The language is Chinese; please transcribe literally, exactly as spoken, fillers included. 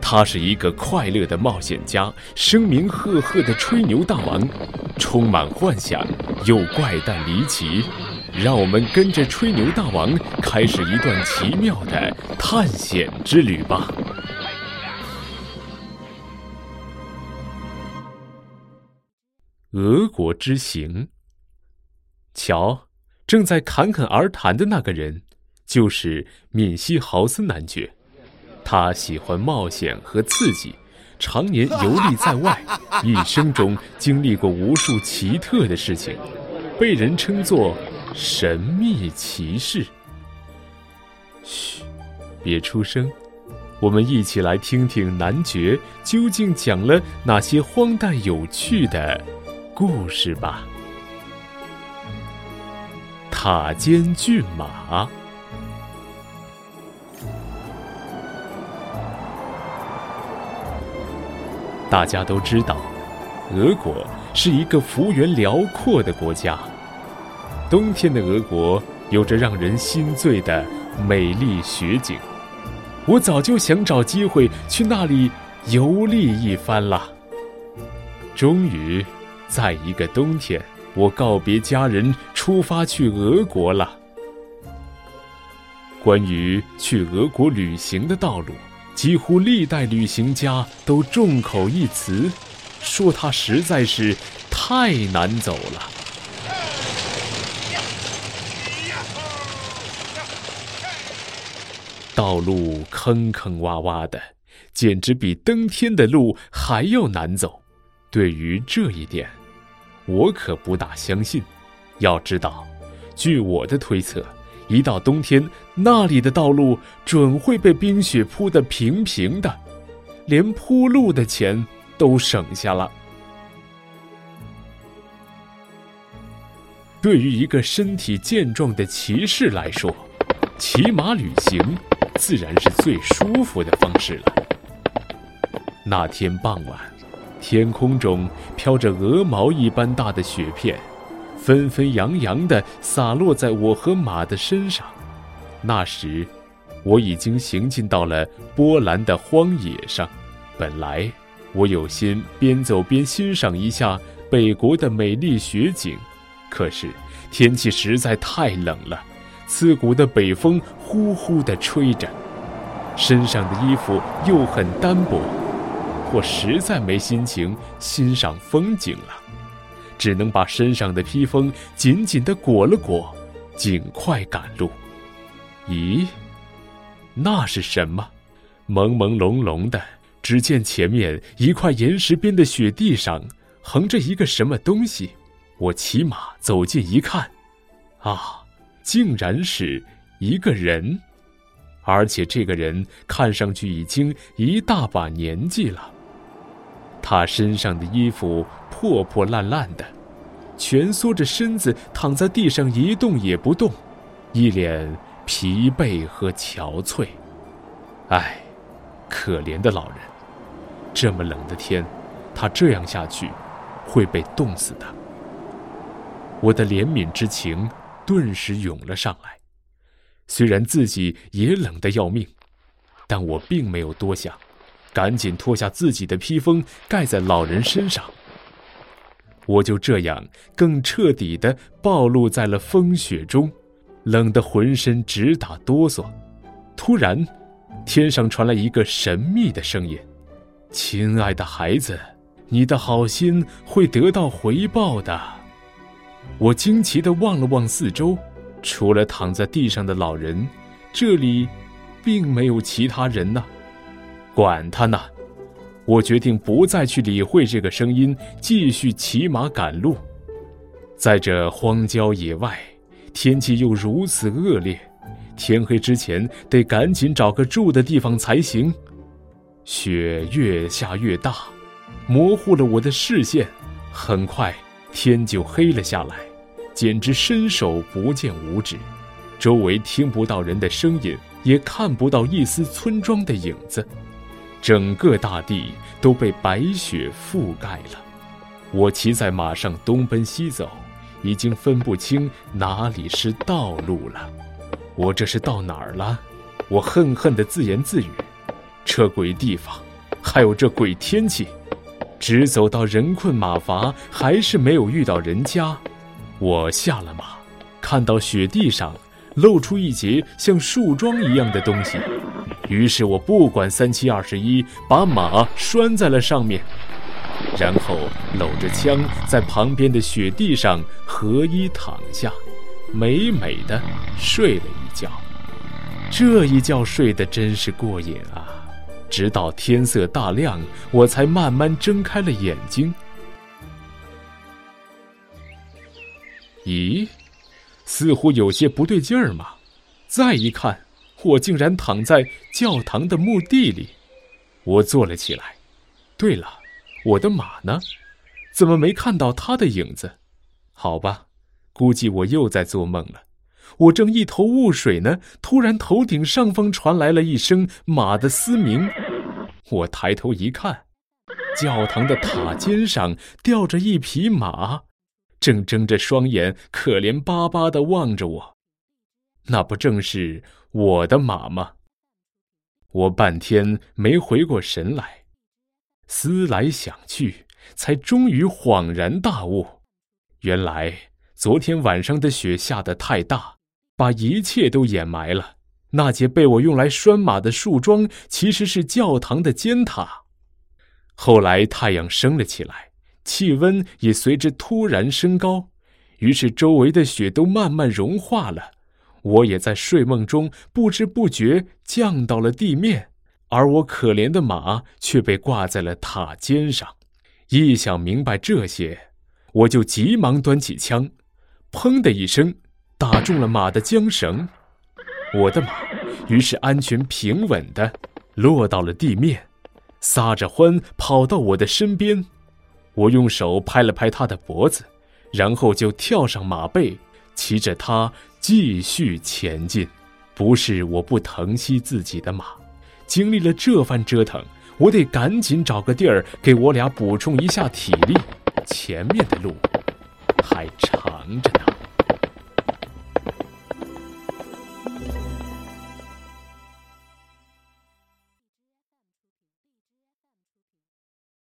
他是一个快乐的冒险家，声名赫赫的吹牛大王，充满幻想又怪诞离奇。让我们跟着吹牛大王开始一段奇妙的探险之旅吧。俄国之行。瞧，正在侃侃而谈的那个人，就是闵西豪斯男爵。他喜欢冒险和刺激，常年游历在外，一生中经历过无数奇特的事情，被人称作神秘骑士。嘘，别出声，我们一起来听听男爵究竟讲了哪些荒诞有趣的故事吧。塔尖骏马。大家都知道，俄国是一个幅员辽阔的国家。冬天的俄国有着让人心醉的美丽雪景，我早就想找机会去那里游历一番了。终于，在一个冬天，我告别家人，出发去俄国了。关于去俄国旅行的道路，几乎历代旅行家都众口一词，说它实在是太难走了。道路坑坑洼洼的，简直比登天的路还要难走。对于这一点，我可不大相信。要知道，据我的推测，一到冬天，那里的道路准会被冰雪铺得平平的，连铺路的钱都省下了。对于一个身体健壮的骑士来说，骑马旅行自然是最舒服的方式了。那天傍晚，天空中飘着鹅毛一般大的雪片，纷纷扬扬地洒落在我和马的身上。那时，我已经行进到了波兰的荒野上。本来，我有心边走边欣赏一下北国的美丽雪景，可是天气实在太冷了，刺骨的北风呼呼地吹着，身上的衣服又很单薄，我实在没心情欣赏风景了，只能把身上的披风紧紧地裹了裹，尽快赶路。咦，那是什么？朦朦胧胧的，只见前面一块岩石边的雪地上横着一个什么东西。我骑马走近一看，啊，竟然是一个人，而且这个人看上去已经一大把年纪了。他身上的衣服破破烂烂的，蜷缩着身子躺在地上一动也不动，一脸疲惫和憔悴。唉，可怜的老人，这么冷的天，他这样下去会被冻死的。我的怜悯之情顿时涌了上来，虽然自己也冷得要命，但我并没有多想，赶紧脱下自己的披风盖在老人身上。我就这样更彻底地暴露在了风雪中，冷得浑身直打哆嗦。突然，天上传来一个神秘的声音：“亲爱的孩子，你的好心会得到回报的。”我惊奇地望了望四周，除了躺在地上的老人，这里并没有其他人呢。管他呢，我决定不再去理会这个声音，继续骑马赶路。在这荒郊野外，天气又如此恶劣，天黑之前得赶紧找个住的地方才行。雪越下越大，模糊了我的视线，很快天就黑了下来，简直伸手不见五指，周围听不到人的声音，也看不到一丝村庄的影子，整个大地都被白雪覆盖了。我骑在马上东奔西走，已经分不清哪里是道路了。我这是到哪儿了？我恨恨地自言自语，这鬼地方还有这鬼天气，直走到人困马乏，还是没有遇到人家。我下了马，看到雪地上露出一截像树桩一样的东西，于是我不管三七二十一，把马拴在了上面，然后搂着枪在旁边的雪地上合衣躺下，美美的睡了一觉。这一觉睡得真是过瘾啊！直到天色大亮，我才慢慢睁开了眼睛。咦，似乎有些不对劲儿嘛。再一看，我竟然躺在教堂的墓地里。我坐了起来。对了，我的马呢？怎么没看到它的影子？好吧，估计我又在做梦了。我正一头雾水呢，突然头顶上方传来了一声马的嘶鸣。我抬头一看，教堂的塔尖上吊着一匹马，正睁着双眼可怜巴巴地望着我。那不正是我的马吗？我半天没回过神来，思来想去，才终于恍然大悟。原来昨天晚上的雪下得太大，把一切都掩埋了。那节被我用来拴马的树桩其实是教堂的尖塔。后来太阳升了起来，气温也随之突然升高，于是周围的雪都慢慢融化了。我也在睡梦中不知不觉降到了地面，而我可怜的马却被挂在了塔尖上。一想明白这些，我就急忙端起枪，砰的一声打中了马的缰绳。我的马于是安全平稳地落到了地面，撒着欢跑到我的身边。我用手拍了拍它的脖子，然后就跳上马背，骑着它继续前进。不是我不疼惜自己的马，经历了这番折腾，我得赶紧找个地儿给我俩补充一下体力，前面的路还长着呢。